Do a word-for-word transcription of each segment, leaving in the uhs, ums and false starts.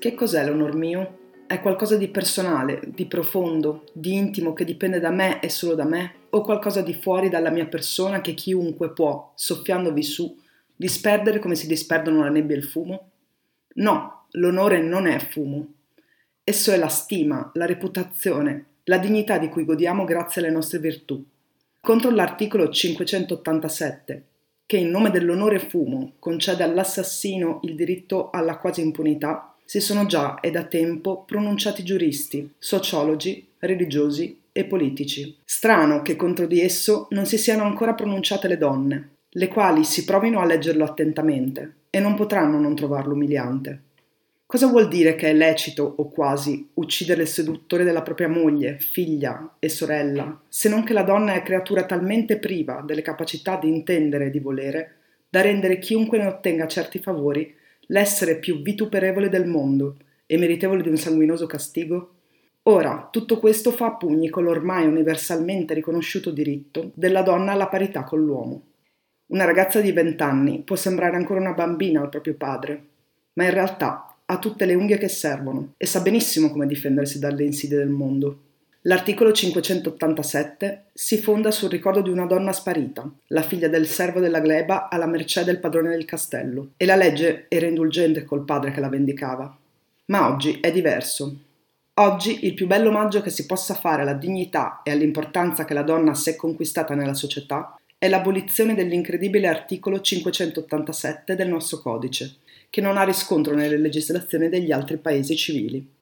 Che cos'è l'onor mio? È qualcosa di personale, di profondo, di intimo che dipende da me e solo da me? O qualcosa di fuori dalla mia persona che chiunque può, soffiandovi su, disperdere come si disperdono la nebbia e il fumo? No, l'onore non è fumo. Esso è la stima, la reputazione, la dignità di cui godiamo grazie alle nostre virtù. Contro l'articolo cinquecentottantasette, che in nome dell'onore fumo concede all'assassino il diritto alla quasi impunità, si sono già e da tempo pronunciati giuristi, sociologi, religiosi e politici. Strano che contro di esso non si siano ancora pronunciate le donne, le quali si provino a leggerlo attentamente e non potranno non trovarlo umiliante. Cosa vuol dire che è lecito, o quasi, uccidere il seduttore della propria moglie, figlia e sorella, se non che la donna è creatura talmente priva delle capacità di intendere e di volere, da rendere chiunque ne ottenga certi favori l'essere più vituperevole del mondo e meritevole di un sanguinoso castigo? Ora, tutto questo fa a pugni con l'ormai universalmente riconosciuto diritto della donna alla parità con l'uomo. Una ragazza di vent'anni può sembrare ancora una bambina al proprio padre, ma in realtà ha tutte le unghie che servono e sa benissimo come difendersi dalle insidie del mondo. L'articolo cinquecentottantasette si fonda sul ricordo di una donna sparita, la figlia del servo della gleba alla mercé del padrone del castello, e la legge era indulgente col padre che la vendicava. Ma oggi è diverso. Oggi il più bello omaggio che si possa fare alla dignità e all'importanza che la donna si è conquistata nella società è l'abolizione dell'incredibile articolo cinquecentottantasette del nostro codice, che non ha riscontro nelle legislazioni degli altri paesi civili.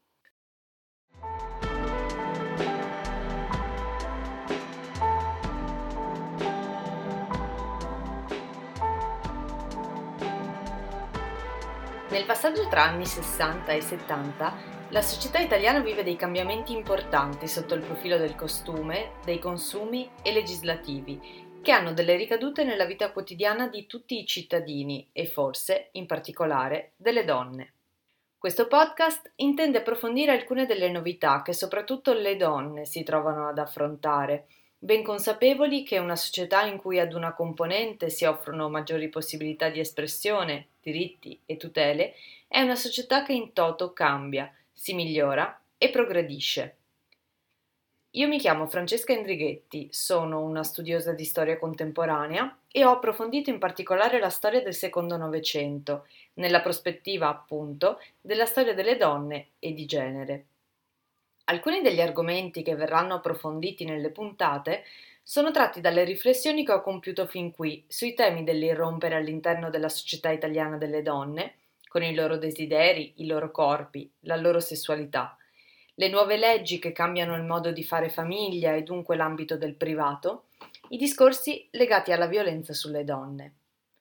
Nel passaggio tra anni sessanta e settanta, la società italiana vive dei cambiamenti importanti sotto il profilo del costume, dei consumi e legislativi, che hanno delle ricadute nella vita quotidiana di tutti i cittadini e forse, in particolare, delle donne. Questo podcast intende approfondire alcune delle novità che soprattutto le donne si trovano ad affrontare, ben consapevoli che una società in cui ad una componente si offrono maggiori possibilità di espressione, diritti e tutele, è una società che in toto cambia, si migliora e progredisce. Io mi chiamo Francesca Indrighetti, sono una studiosa di storia contemporanea e ho approfondito in particolare la storia del secondo Novecento, nella prospettiva, appunto, della storia delle donne e di genere. Alcuni degli argomenti che verranno approfonditi nelle puntate sono tratti dalle riflessioni che ho compiuto fin qui sui temi dell'irrompere all'interno della società italiana delle donne, con i loro desideri, i loro corpi, la loro sessualità, le nuove leggi che cambiano il modo di fare famiglia e dunque l'ambito del privato, i discorsi legati alla violenza sulle donne.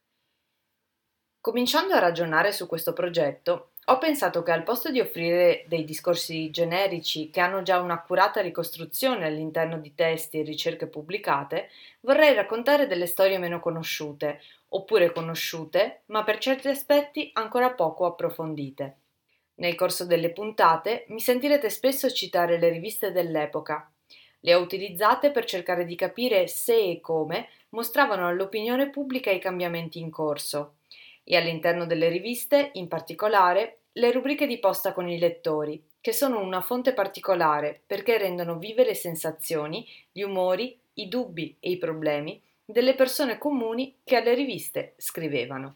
Cominciando a ragionare su questo progetto, ho pensato che al posto di offrire dei discorsi generici che hanno già un'accurata ricostruzione all'interno di testi e ricerche pubblicate, vorrei raccontare delle storie meno conosciute, oppure conosciute, ma per certi aspetti ancora poco approfondite. Nel corso delle puntate mi sentirete spesso citare le riviste dell'epoca. Le ho utilizzate per cercare di capire se e come mostravano all'opinione pubblica i cambiamenti in corso, e all'interno delle riviste, in particolare, le rubriche di posta con i lettori, che sono una fonte particolare perché rendono vive le sensazioni, gli umori, i dubbi e i problemi delle persone comuni che alle riviste scrivevano.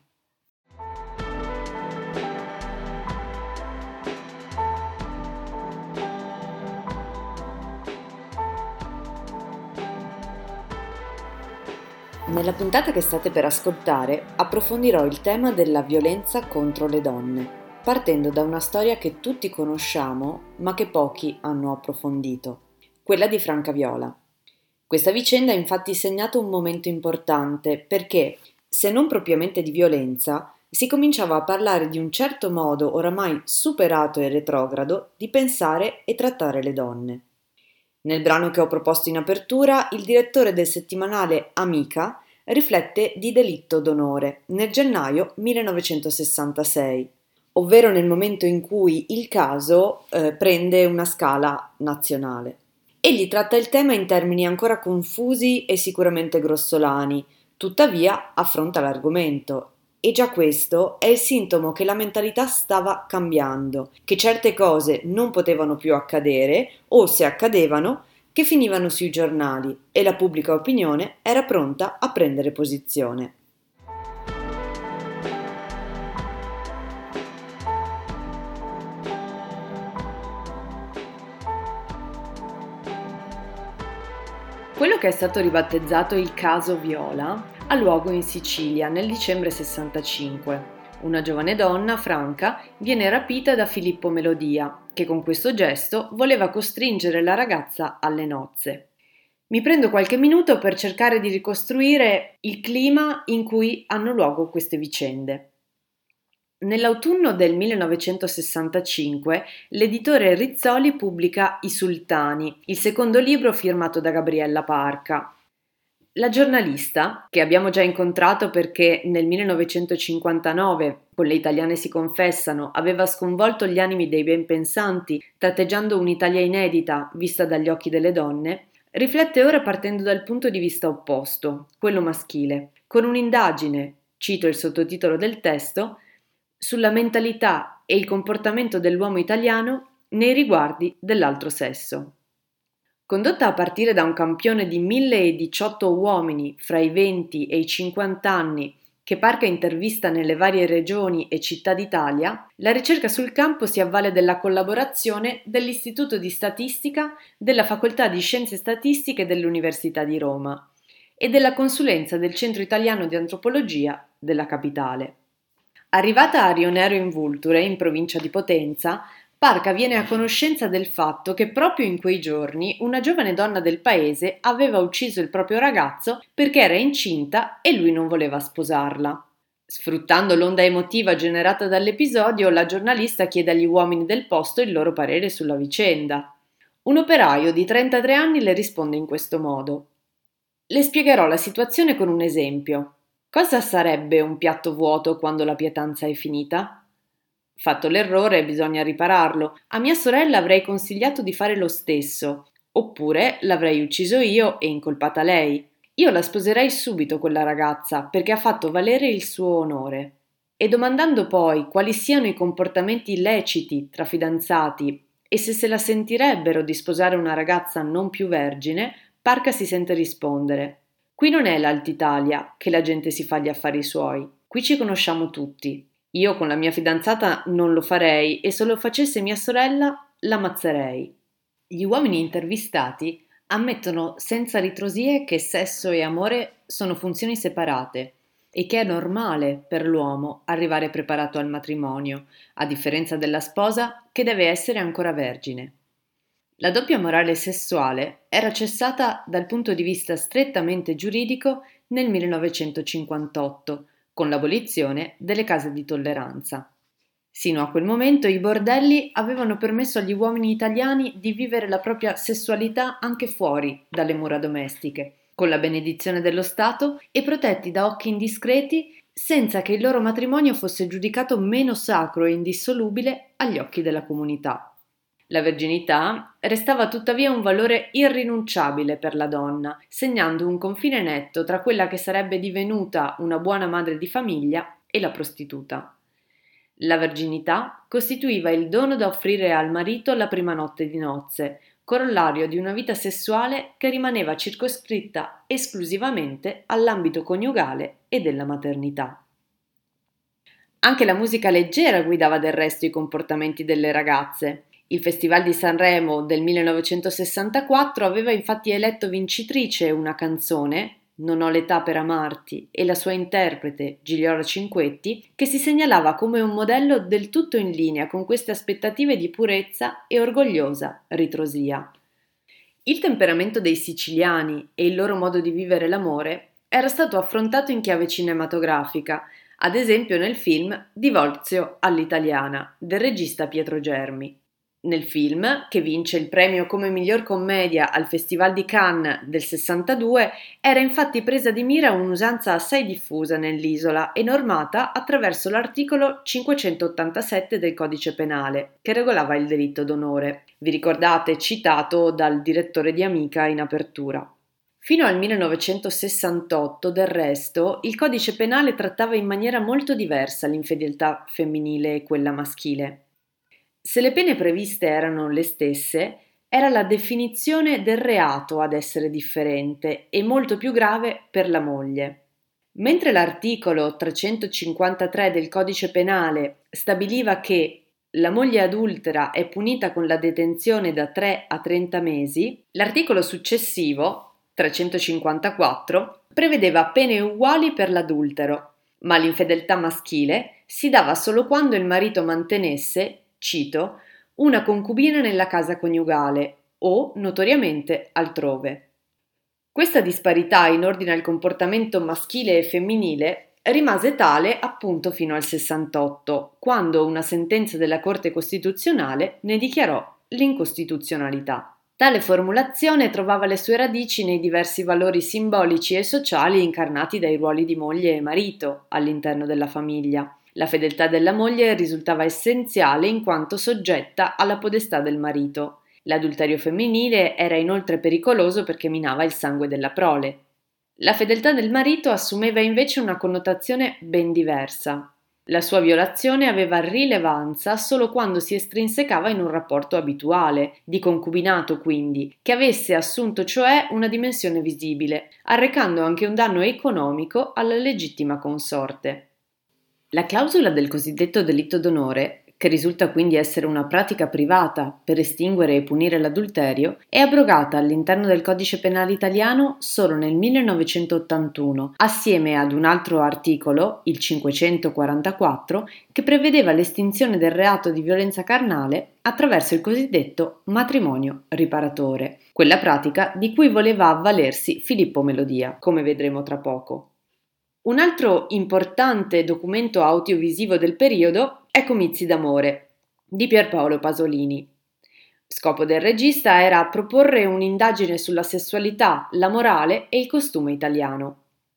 Nella puntata che state per ascoltare approfondirò il tema della violenza contro le donne, partendo da una storia che tutti conosciamo ma che pochi hanno approfondito, quella di Francaviola. Questa vicenda ha infatti segnato un momento importante perché, se non propriamente di violenza, si cominciava a parlare di un certo modo oramai superato e retrogrado di pensare e trattare le donne. Nel brano che ho proposto in apertura, il direttore del settimanale Amica riflette di delitto d'onore nel gennaio millenovecentosessantasei, ovvero nel momento in cui il caso eh, prende una scala nazionale. Egli tratta il tema in termini ancora confusi e sicuramente grossolani, tuttavia affronta l'argomento E già questo è il sintomo che la mentalità stava cambiando, che certe cose non potevano più accadere o se accadevano, che finivano sui giornali e la pubblica opinione era pronta a prendere posizione. Quello che è stato ribattezzato il caso Viola ha luogo in Sicilia nel dicembre sessantacinque. Una giovane donna, Franca, viene rapita da Filippo Melodia, che con questo gesto voleva costringere la ragazza alle nozze. Mi prendo qualche minuto per cercare di ricostruire il clima in cui hanno luogo queste vicende. Nell'autunno del millenovecentosessantacinque l'editore Rizzoli pubblica I Sultani, il secondo libro firmato da Gabriella Parca. La giornalista, che abbiamo già incontrato perché nel millenovecentocinquantanove, con Le italiane si confessano, aveva sconvolto gli animi dei benpensanti, tratteggiando un'Italia inedita vista dagli occhi delle donne, riflette ora partendo dal punto di vista opposto, quello maschile, con un'indagine, cito il sottotitolo del testo, sulla mentalità e il comportamento dell'uomo italiano nei riguardi dell'altro sesso. Condotta a partire da un campione di mille diciotto uomini fra i venti e i cinquanta anni che Parca intervista nelle varie regioni e città d'Italia, la ricerca sul campo si avvale della collaborazione dell'Istituto di Statistica della Facoltà di Scienze Statistiche dell'Università di Roma e della consulenza del Centro Italiano di Antropologia della Capitale. Arrivata a Rionero in Vulture, in provincia di Potenza, Parca viene a conoscenza del fatto che proprio in quei giorni una giovane donna del paese aveva ucciso il proprio ragazzo perché era incinta e lui non voleva sposarla. Sfruttando l'onda emotiva generata dall'episodio, la giornalista chiede agli uomini del posto il loro parere sulla vicenda. Un operaio di trentatré anni le risponde in questo modo: «Le spiegherò la situazione con un esempio. Cosa sarebbe un piatto vuoto quando la pietanza è finita? Fatto l'errore, bisogna ripararlo. A mia sorella avrei consigliato di fare lo stesso, oppure l'avrei ucciso io e incolpata lei. Io la sposerei subito quella ragazza perché ha fatto valere il suo onore». E domandando poi quali siano i comportamenti illeciti tra fidanzati e se se la sentirebbero di sposare una ragazza non più vergine, Parca si sente rispondere: «Qui non è l'Altitalia che la gente si fa gli affari suoi, qui ci conosciamo tutti. Io con la mia fidanzata non lo farei e se lo facesse mia sorella l'ammazzerei». Gli uomini intervistati ammettono senza ritrosie che sesso e amore sono funzioni separate e che è normale per l'uomo arrivare preparato al matrimonio, a differenza della sposa che deve essere ancora vergine. La doppia morale sessuale era cessata dal punto di vista strettamente giuridico nel millenovecentocinquantotto, con l'abolizione delle case di tolleranza. Sino a quel momento i bordelli avevano permesso agli uomini italiani di vivere la propria sessualità anche fuori dalle mura domestiche, con la benedizione dello Stato e protetti da occhi indiscreti, senza che il loro matrimonio fosse giudicato meno sacro e indissolubile agli occhi della comunità. La verginità restava tuttavia un valore irrinunciabile per la donna, segnando un confine netto tra quella che sarebbe divenuta una buona madre di famiglia e la prostituta. La verginità costituiva il dono da offrire al marito la prima notte di nozze, corollario di una vita sessuale che rimaneva circoscritta esclusivamente all'ambito coniugale e della maternità. Anche la musica leggera guidava del resto i comportamenti delle ragazze. Il Festival di Sanremo del millenovecentosessantaquattro aveva infatti eletto vincitrice una canzone, Non ho l'età per amarti, e la sua interprete, Gigliola Cinquetti, che si segnalava come un modello del tutto in linea con queste aspettative di purezza e orgogliosa ritrosia. Il temperamento dei siciliani e il loro modo di vivere l'amore era stato affrontato in chiave cinematografica, ad esempio nel film Divorzio all'italiana del regista Pietro Germi. Nel film, che vince il premio come miglior commedia al Festival di Cannes del sessantadue, era infatti presa di mira un'usanza assai diffusa nell'isola e normata attraverso l'articolo cinquecentottantasette del Codice Penale, che regolava il delitto d'onore. Vi ricordate, citato dal direttore di Amica in apertura. Fino al millenovecentosessantotto, del resto, il codice penale trattava in maniera molto diversa l'infedeltà femminile e quella maschile. Se le pene previste erano le stesse, era la definizione del reato ad essere differente e molto più grave per la moglie. Mentre l'articolo trecentocinquantatré del codice penale stabiliva che la moglie adultera è punita con la detenzione da tre a trenta mesi, l'articolo successivo, trecentocinquantaquattro, prevedeva pene uguali per l'adultero, ma l'infedeltà maschile si dava solo quando il marito mantenesse, cito, una concubina nella casa coniugale o, notoriamente, altrove. Questa disparità in ordine al comportamento maschile e femminile rimase tale appunto fino al sessantotto, quando una sentenza della Corte Costituzionale ne dichiarò l'incostituzionalità. Tale formulazione trovava le sue radici nei diversi valori simbolici e sociali incarnati dai ruoli di moglie e marito all'interno della famiglia. La fedeltà della moglie risultava essenziale in quanto soggetta alla podestà del marito. L'adulterio femminile era inoltre pericoloso perché minava il sangue della prole. La fedeltà del marito assumeva invece una connotazione ben diversa. La sua violazione aveva rilevanza solo quando si estrinsecava in un rapporto abituale, di concubinato quindi, che avesse assunto cioè una dimensione visibile, arrecando anche un danno economico alla legittima consorte. La clausola del cosiddetto delitto d'onore, che risulta quindi essere una pratica privata per estinguere e punire l'adulterio, è abrogata all'interno del codice penale italiano solo nel millenovecentottantuno, assieme ad un altro articolo, il cinquecentoquarantaquattro, che prevedeva l'estinzione del reato di violenza carnale attraverso il cosiddetto matrimonio riparatore, quella pratica di cui voleva avvalersi Filippo Melodia, come vedremo tra poco. Un altro importante documento audiovisivo del periodo è Comizi d'amore di Pierpaolo Pasolini. Scopo del regista era proporre un'indagine sulla sessualità, la morale e il costume italiano.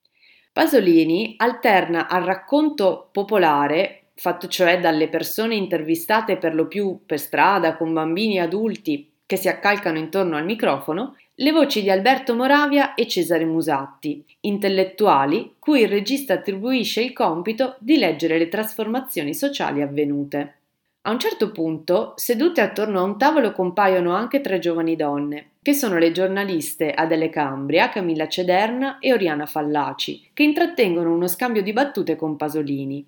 Pasolini alterna al racconto popolare, fatto cioè dalle persone intervistate per lo più per strada con bambini e adulti che si accalcano intorno al microfono, le voci di Alberto Moravia e Cesare Musatti, intellettuali cui il regista attribuisce il compito di leggere le trasformazioni sociali avvenute. A un certo punto, sedute attorno a un tavolo compaiono anche tre giovani donne, che sono le giornaliste Adele Cambria, Camilla Cederna e Oriana Fallaci, che intrattengono uno scambio di battute con Pasolini.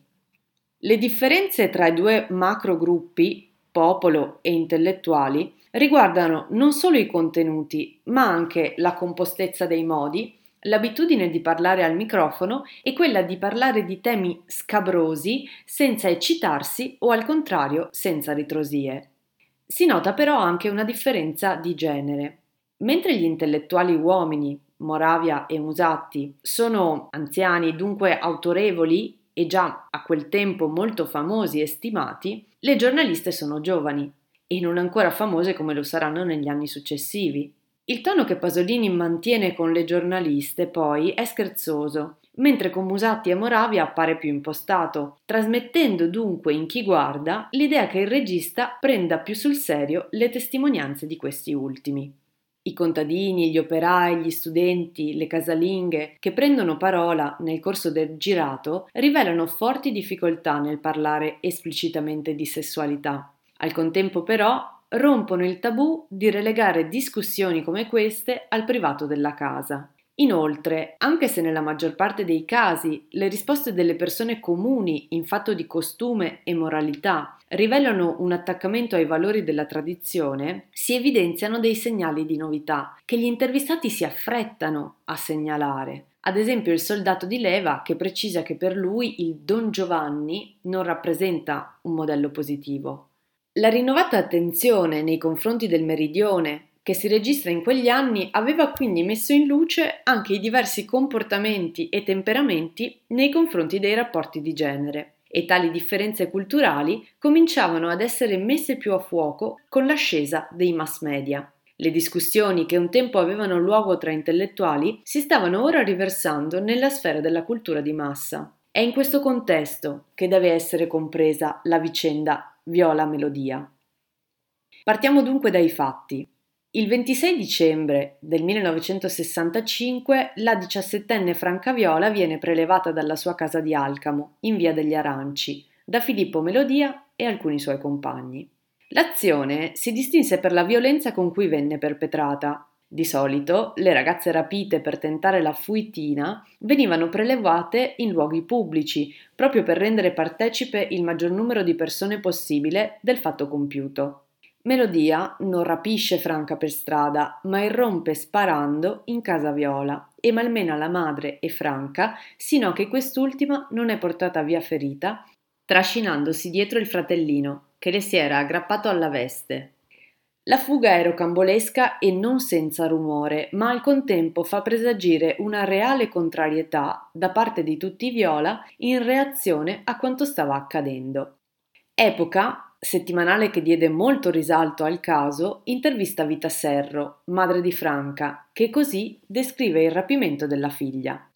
Le differenze tra i due macrogruppi, popolo e intellettuali, riguardano non solo i contenuti, ma anche la compostezza dei modi, l'abitudine di parlare al microfono e quella di parlare di temi scabrosi senza eccitarsi o al contrario senza ritrosie. Si nota però anche una differenza di genere. Mentre gli intellettuali uomini, Moravia e Musatti, sono anziani, dunque autorevoli e già a quel tempo molto famosi e stimati, le giornaliste sono giovani e non ancora famose come lo saranno negli anni successivi. Il tono che Pasolini mantiene con le giornaliste, poi, è scherzoso, mentre con Musatti e Moravia appare più impostato, trasmettendo dunque in chi guarda l'idea che il regista prenda più sul serio le testimonianze di questi ultimi. I contadini, gli operai, gli studenti, le casalinghe che prendono parola nel corso del girato rivelano forti difficoltà nel parlare esplicitamente di sessualità. Al contempo però rompono il tabù di relegare discussioni come queste al privato della casa. Inoltre, anche se nella maggior parte dei casi le risposte delle persone comuni in fatto di costume e moralità rivelano un attaccamento ai valori della tradizione, si evidenziano dei segnali di novità che gli intervistati si affrettano a segnalare. Ad esempio il soldato di leva che precisa che per lui il Don Giovanni non rappresenta un modello positivo. La rinnovata attenzione nei confronti del meridione che si registra in quegli anni aveva quindi messo in luce anche i diversi comportamenti e temperamenti nei confronti dei rapporti di genere, e tali differenze culturali cominciavano ad essere messe più a fuoco con l'ascesa dei mass media. Le discussioni che un tempo avevano luogo tra intellettuali si stavano ora riversando nella sfera della cultura di massa. È in questo contesto che deve essere compresa la vicenda Viola Melodia. Partiamo dunque dai fatti. Il ventisei dicembre del millenovecentosessantacinque la diciassettenne Franca Viola viene prelevata dalla sua casa di Alcamo, in via degli Aranci, da Filippo Melodia e alcuni suoi compagni. L'azione si distinse per la violenza con cui venne perpetrata. Di solito le ragazze rapite per tentare la fuitina venivano prelevate in luoghi pubblici, proprio per rendere partecipe il maggior numero di persone possibile del fatto compiuto. Melodia non rapisce Franca per strada, ma irrompe sparando in casa Viola e malmena la madre e Franca, sino a che quest'ultima non è portata via ferita, trascinandosi dietro il fratellino, che le si era aggrappato alla veste. La fuga è rocambolesca e non senza rumore, ma al contempo fa presagire una reale contrarietà da parte di tutti i Viola in reazione a quanto stava accadendo. Epoca, settimanale che diede molto risalto al caso, intervista Vita Serro, madre di Franca, che così descrive il rapimento della figlia.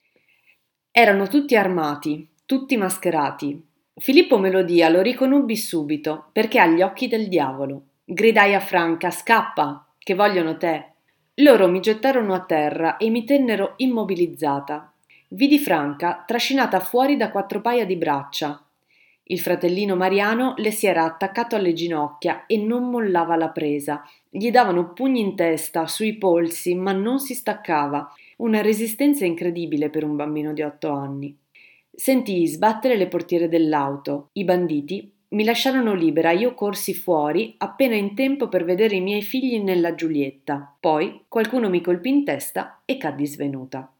Erano tutti armati, tutti mascherati. Filippo Melodia lo riconobbi subito perché ha gli occhi del diavolo. Gridai a Franca: scappa, che vogliono te. Loro mi gettarono a terra e mi tennero immobilizzata. Vidi Franca trascinata fuori da quattro paia di braccia. Il fratellino Mariano le si era attaccato alle ginocchia e non mollava la presa. Gli davano pugni in testa, sui polsi, ma non si staccava. Una resistenza incredibile per un bambino di otto anni. Sentii sbattere le portiere dell'auto. I banditi mi lasciarono libera, io corsi fuori appena in tempo per vedere i miei figli nella Giulietta. Poi qualcuno mi colpì in testa e caddi svenuta.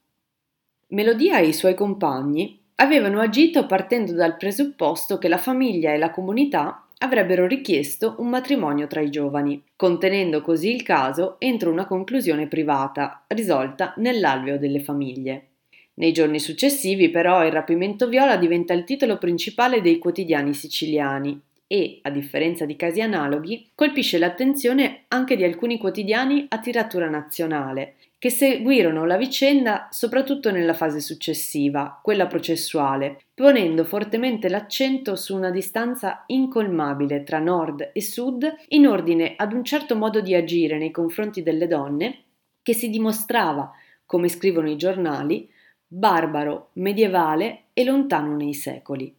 Melodia e i suoi compagni avevano agito partendo dal presupposto che la famiglia e la comunità avrebbero richiesto un matrimonio tra i giovani, contenendo così il caso entro una conclusione privata, risolta nell'alveo delle famiglie. Nei giorni successivi, però, il rapimento Viola diventa il titolo principale dei quotidiani siciliani e, a differenza di casi analoghi, colpisce l'attenzione anche di alcuni quotidiani a tiratura nazionale, che seguirono la vicenda soprattutto nella fase successiva, quella processuale, ponendo fortemente l'accento su una distanza incolmabile tra nord e sud in ordine ad un certo modo di agire nei confronti delle donne che si dimostrava, come scrivono i giornali, barbaro, medievale e lontano nei secoli.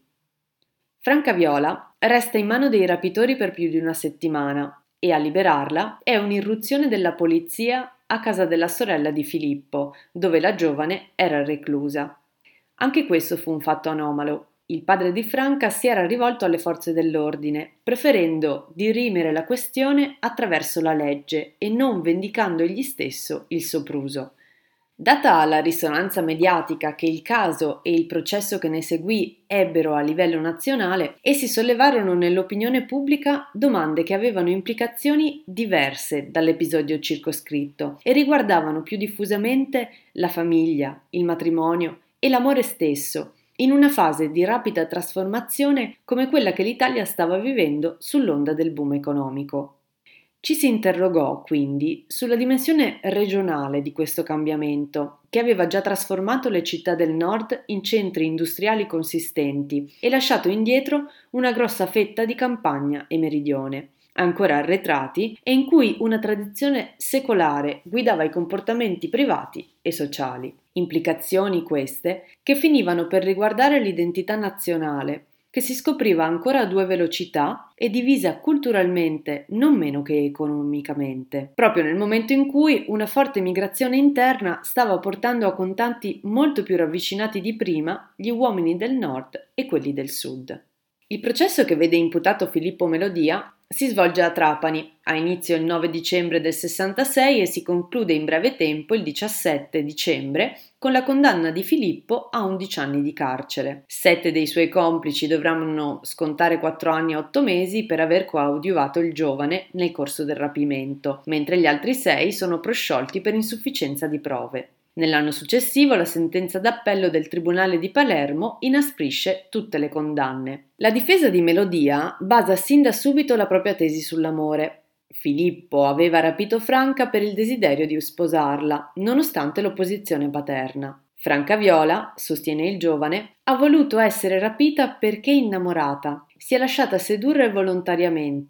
Franca Viola resta in mano dei rapitori per più di una settimana e a liberarla è un'irruzione della polizia a casa della sorella di Filippo, dove la giovane era reclusa. Anche questo fu un fatto anomalo. Il padre di Franca si era rivolto alle forze dell'ordine, preferendo dirimere la questione attraverso la legge e non vendicando egli stesso il sopruso. Data la risonanza mediatica che il caso e il processo che ne seguì ebbero a livello nazionale, essi sollevarono nell'opinione pubblica domande che avevano implicazioni diverse dall'episodio circoscritto e riguardavano più diffusamente la famiglia, il matrimonio e l'amore stesso, in una fase di rapida trasformazione come quella che l'Italia stava vivendo sull'onda del boom economico. Ci si interrogò quindi sulla dimensione regionale di questo cambiamento, che aveva già trasformato le città del nord in centri industriali consistenti e lasciato indietro una grossa fetta di campagna e meridione, ancora arretrati e in cui una tradizione secolare guidava i comportamenti privati e sociali. Implicazioni queste che finivano per riguardare l'identità nazionale, che si scopriva ancora a due velocità e divisa culturalmente non meno che economicamente, proprio nel momento in cui una forte migrazione interna stava portando a contanti molto più ravvicinati di prima gli uomini del nord e quelli del sud. Il processo che vede imputato Filippo Melodia si svolge a Trapani, ha inizio il nove dicembre del sessantasei e si conclude in breve tempo il diciassette dicembre con la condanna di Filippo a undici anni di carcere. Sette dei suoi complici dovranno scontare quattro anni e otto mesi per aver coadiuvato il giovane nel corso del rapimento, mentre gli altri sei sono prosciolti per insufficienza di prove. Nell'anno successivo la sentenza d'appello del Tribunale di Palermo inasprisce tutte le condanne. La difesa di Melodia basa sin da subito la propria tesi sull'amore. Filippo aveva rapito Franca per il desiderio di sposarla, nonostante l'opposizione paterna. Franca Viola, sostiene il giovane, ha voluto essere rapita perché innamorata, si è lasciata sedurre volontariamente,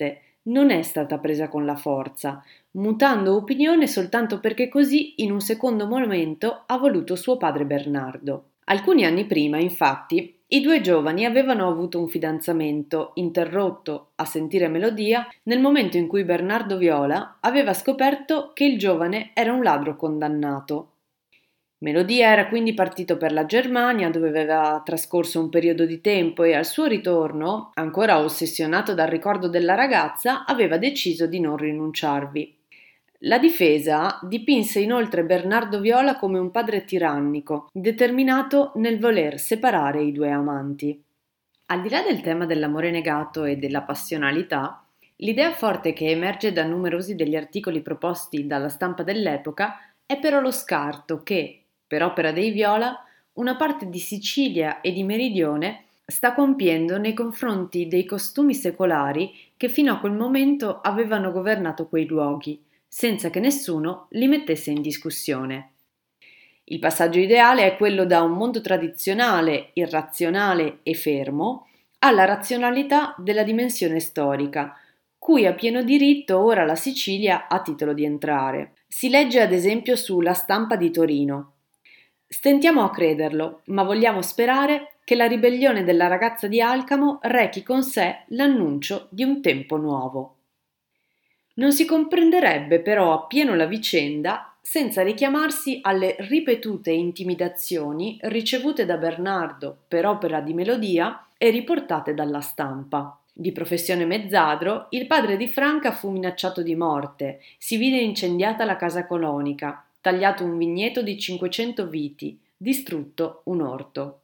non è stata presa con la forza, mutando opinione soltanto perché così in un secondo momento ha voluto suo padre Bernardo. Alcuni anni prima, infatti, i due giovani avevano avuto un fidanzamento interrotto a sentire melodia nel momento in cui Bernardo Viola aveva scoperto che il giovane era un ladro condannato. Melodia era quindi partito per la Germania, dove aveva trascorso un periodo di tempo e al suo ritorno, ancora ossessionato dal ricordo della ragazza, aveva deciso di non rinunciarvi. La difesa dipinse inoltre Bernardo Viola come un padre tirannico, determinato nel voler separare i due amanti. Al di là del tema dell'amore negato e della passionalità, l'idea forte che emerge da numerosi degli articoli proposti dalla stampa dell'epoca è però lo scarto che, per opera dei Viola, una parte di Sicilia e di Meridione sta compiendo nei confronti dei costumi secolari che fino a quel momento avevano governato quei luoghi, senza che nessuno li mettesse in discussione. Il passaggio ideale è quello da un mondo tradizionale, irrazionale e fermo, alla razionalità della dimensione storica, cui ha pieno diritto ora la Sicilia a titolo di entrare. Si legge ad esempio sulla Stampa di Torino. Stentiamo a crederlo, ma vogliamo sperare che la ribellione della ragazza di Alcamo rechi con sé l'annuncio di un tempo nuovo. Non si comprenderebbe però appieno la vicenda senza richiamarsi alle ripetute intimidazioni ricevute da Bernardo per opera di Melodia e riportate dalla stampa. Di professione mezzadro, il padre di Franca fu minacciato di morte, si vide incendiata la casa colonica, tagliato un vigneto di cinquecento viti, distrutto un orto.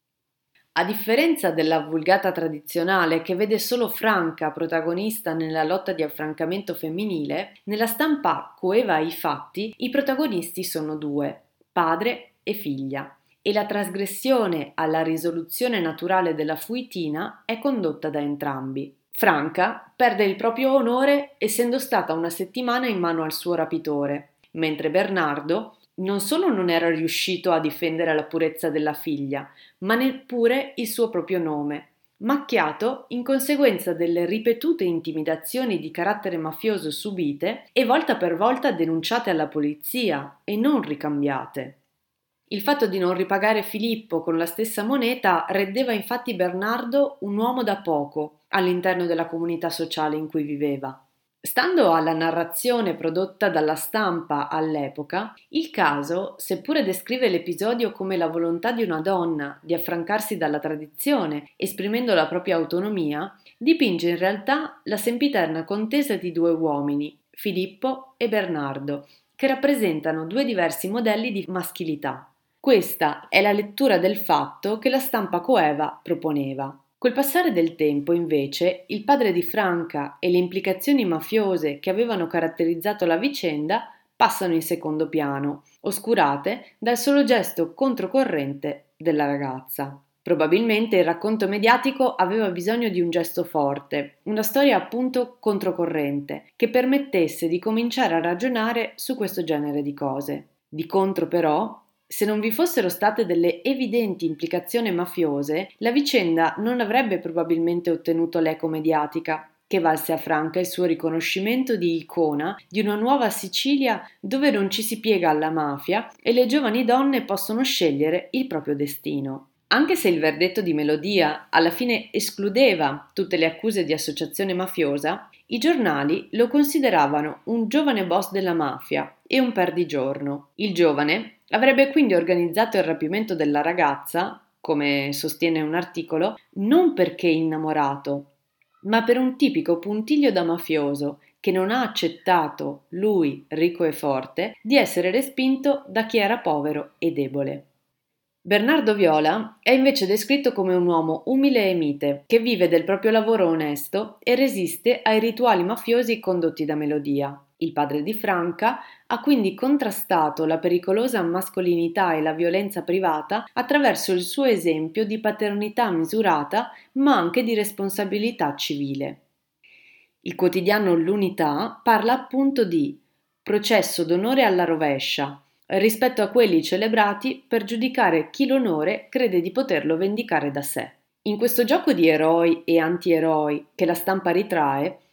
A differenza della vulgata tradizionale che vede solo Franca protagonista nella lotta di affrancamento femminile, nella stampa coeva ai fatti i protagonisti sono due, padre e figlia, e la trasgressione alla risoluzione naturale della fuitina è condotta da entrambi. Franca perde il proprio onore essendo stata una settimana in mano al suo rapitore, mentre Bernardo non solo non era riuscito a difendere la purezza della figlia, ma neppure il suo proprio nome, macchiato in conseguenza delle ripetute intimidazioni di carattere mafioso subite e volta per volta denunciate alla polizia e non ricambiate. Il fatto di non ripagare Filippo con la stessa moneta rendeva infatti Bernardo un uomo da poco all'interno della comunità sociale in cui viveva. Stando alla narrazione prodotta dalla stampa all'epoca, il caso, seppure descrive l'episodio come la volontà di una donna di affrancarsi dalla tradizione, esprimendo la propria autonomia, dipinge in realtà la sempiterna contesa di due uomini, Filippo e Bernardo, che rappresentano due diversi modelli di maschilità. Questa è la lettura del fatto che la stampa coeva proponeva. Col passare del tempo, invece, il padre di Franca e le implicazioni mafiose che avevano caratterizzato la vicenda passano in secondo piano, oscurate dal solo gesto controcorrente della ragazza. Probabilmente il racconto mediatico aveva bisogno di un gesto forte, una storia appunto controcorrente, che permettesse di cominciare a ragionare su questo genere di cose. Di contro, però, se non vi fossero state delle evidenti implicazioni mafiose, la vicenda non avrebbe probabilmente ottenuto l'eco mediatica, che valse a Franca il suo riconoscimento di icona di una nuova Sicilia dove non ci si piega alla mafia e le giovani donne possono scegliere il proprio destino. Anche se il verdetto di Melodia alla fine escludeva tutte le accuse di associazione mafiosa, i giornali lo consideravano un giovane boss della mafia e un perdigiorno. Il giovane avrebbe quindi organizzato il rapimento della ragazza, come sostiene un articolo, non perché innamorato, ma per un tipico puntiglio da mafioso che non ha accettato, lui, ricco e forte, di essere respinto da chi era povero e debole. Bernardo Viola è invece descritto come un uomo umile e mite, che vive del proprio lavoro onesto e resiste ai rituali mafiosi condotti da Melodia. Il padre di Franca ha quindi contrastato la pericolosa mascolinità e la violenza privata attraverso il suo esempio di paternità misurata, ma anche di responsabilità civile. Il quotidiano L'Unità parla appunto di processo d'onore alla rovescia, rispetto a quelli celebrati per giudicare chi l'onore crede di poterlo vendicare da sé. In questo gioco di eroi e antieroi che la stampa ritrae,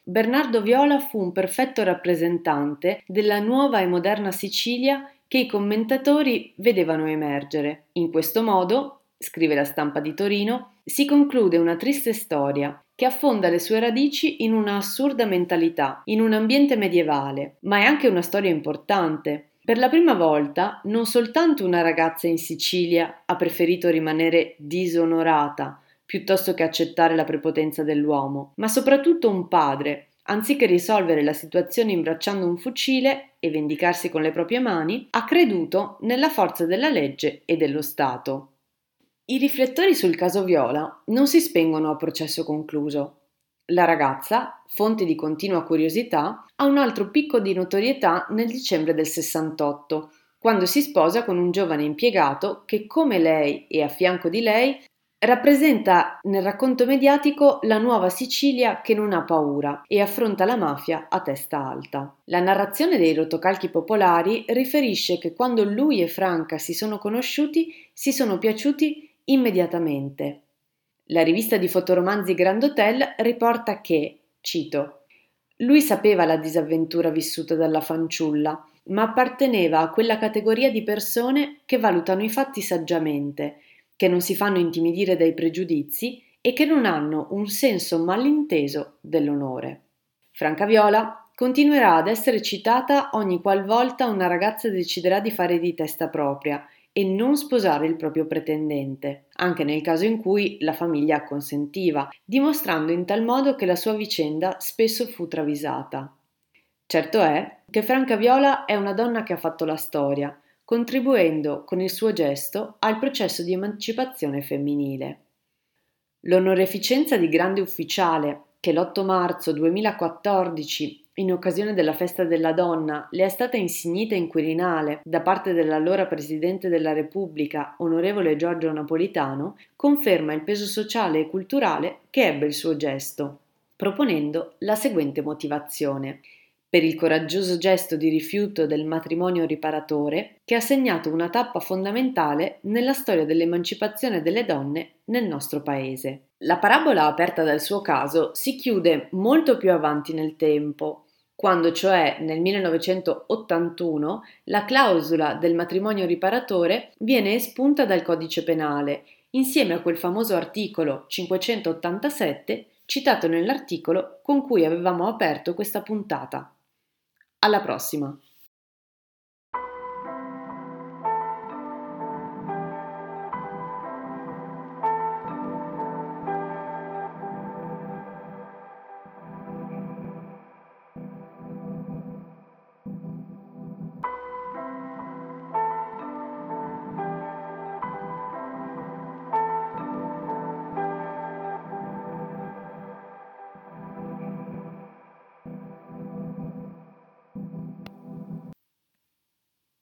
Bernardo Viola fu un perfetto rappresentante della nuova e moderna Sicilia che i commentatori vedevano emergere. In questo modo, scrive la Stampa di Torino, si conclude una triste storia che affonda le sue radici in una assurda mentalità, in un ambiente medievale, ma è anche una storia importante. Per la prima volta, non soltanto una ragazza in Sicilia ha preferito rimanere disonorata piuttosto che accettare la prepotenza dell'uomo, ma soprattutto un padre, anziché risolvere la situazione imbracciando un fucile e vendicarsi con le proprie mani, ha creduto nella forza della legge e dello Stato. I riflettori sul caso Viola non si spengono a processo concluso. La ragazza, fonte di continua curiosità, ha un altro picco di notorietà nel dicembre del sessantotto, quando si sposa con un giovane impiegato che, come lei e a fianco di lei, rappresenta nel racconto mediatico la nuova Sicilia che non ha paura e affronta la mafia a testa alta. La narrazione dei rotocalchi popolari riferisce che quando lui e Franca si sono conosciuti, si sono piaciuti immediatamente. La rivista di fotoromanzi Grand Hotel riporta che, cito, lui sapeva la disavventura vissuta dalla fanciulla, ma apparteneva a quella categoria di persone che valutano i fatti saggiamente, che non si fanno intimidire dai pregiudizi e che non hanno un senso malinteso dell'onore. Franca Viola continuerà ad essere citata ogni qualvolta una ragazza deciderà di fare di testa propria e non sposare il proprio pretendente, anche nel caso in cui la famiglia acconsentiva, dimostrando in tal modo che la sua vicenda spesso fu travisata. Certo è che Franca Viola è una donna che ha fatto la storia, contribuendo con il suo gesto al processo di emancipazione femminile. L'onoreficenza di grande ufficiale che l'otto marzo duemilaquattordici, in occasione della festa della donna, le è stata insignita in Quirinale da parte dell'allora Presidente della Repubblica, onorevole Giorgio Napolitano, conferma il peso sociale e culturale che ebbe il suo gesto, proponendo la seguente motivazione: per il coraggioso gesto di rifiuto del matrimonio riparatore che ha segnato una tappa fondamentale nella storia dell'emancipazione delle donne nel nostro paese. La parabola aperta dal suo caso si chiude molto più avanti nel tempo, quando cioè nel millenovecentottantuno la clausola del matrimonio riparatore viene espunta dal codice penale, insieme a quel famoso articolo cinquecentottantasette citato nell'articolo con cui avevamo aperto questa puntata. Alla prossima!